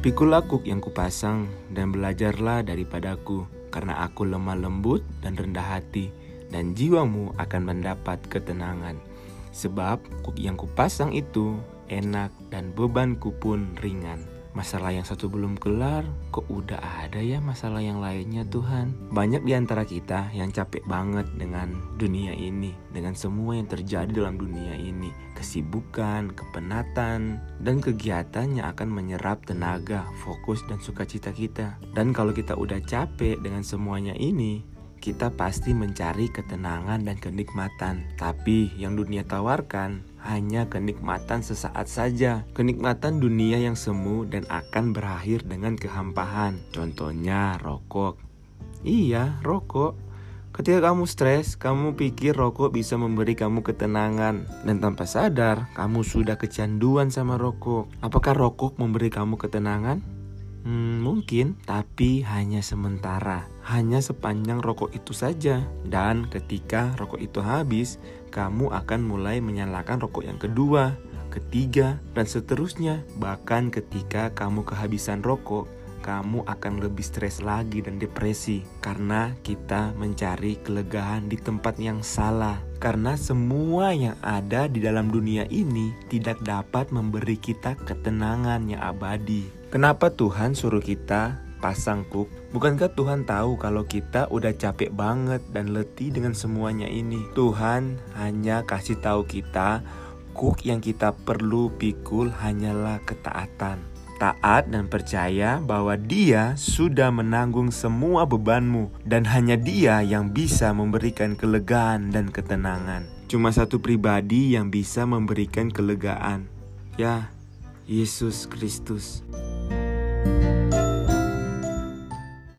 Pikulah kuk yang kupasang dan belajarlah daripadaku, karena aku lemah lembut dan rendah hati, dan jiwamu akan mendapat ketenangan. Sebab kuk yang kupasang itu enak dan bebanku pun ringan. Masalah yang satu belum kelar, kok udah ada ya masalah yang lainnya Tuhan. Banyak di antara kita yang capek banget dengan dunia ini, dengan semua yang terjadi dalam dunia ini. Kesibukan, kepenatan, dan kegiatan yang akan menyerap tenaga, fokus, dan sukacita kita. Dan kalau kita udah capek dengan semuanya ini, kita pasti mencari ketenangan dan kenikmatan. Tapi yang dunia tawarkan hanya kenikmatan sesaat saja. Kenikmatan dunia yang semu dan akan berakhir dengan kehampaan. Contohnya rokok. Iya, rokok. Ketika kamu stres, kamu pikir rokok bisa memberi kamu ketenangan. Dan tanpa sadar, kamu sudah kecanduan sama rokok. Apakah rokok memberi kamu ketenangan? Mungkin, tapi hanya sementara. Hanya sepanjang rokok itu saja. Dan ketika rokok itu habis, kamu akan mulai menyalakan rokok yang kedua, ketiga, dan seterusnya. Bahkan ketika kamu kehabisan rokok, kamu akan lebih stres lagi dan depresi. Karena kita mencari kelegaan di tempat yang salah. Karena semua yang ada di dalam dunia ini tidak dapat memberi kita ketenangan yang abadi. Kenapa Tuhan suruh kita pasang kuk? Bukankah Tuhan tahu kalau kita udah capek banget dan letih dengan semuanya ini? Tuhan hanya kasih tahu kita, kuk yang kita perlu pikul hanyalah ketaatan. Taat dan percaya bahwa Dia sudah menanggung semua bebanmu, dan hanya Dia yang bisa memberikan kelegaan dan ketenangan. Cuma satu pribadi yang bisa memberikan kelegaan, ya, Yesus Kristus.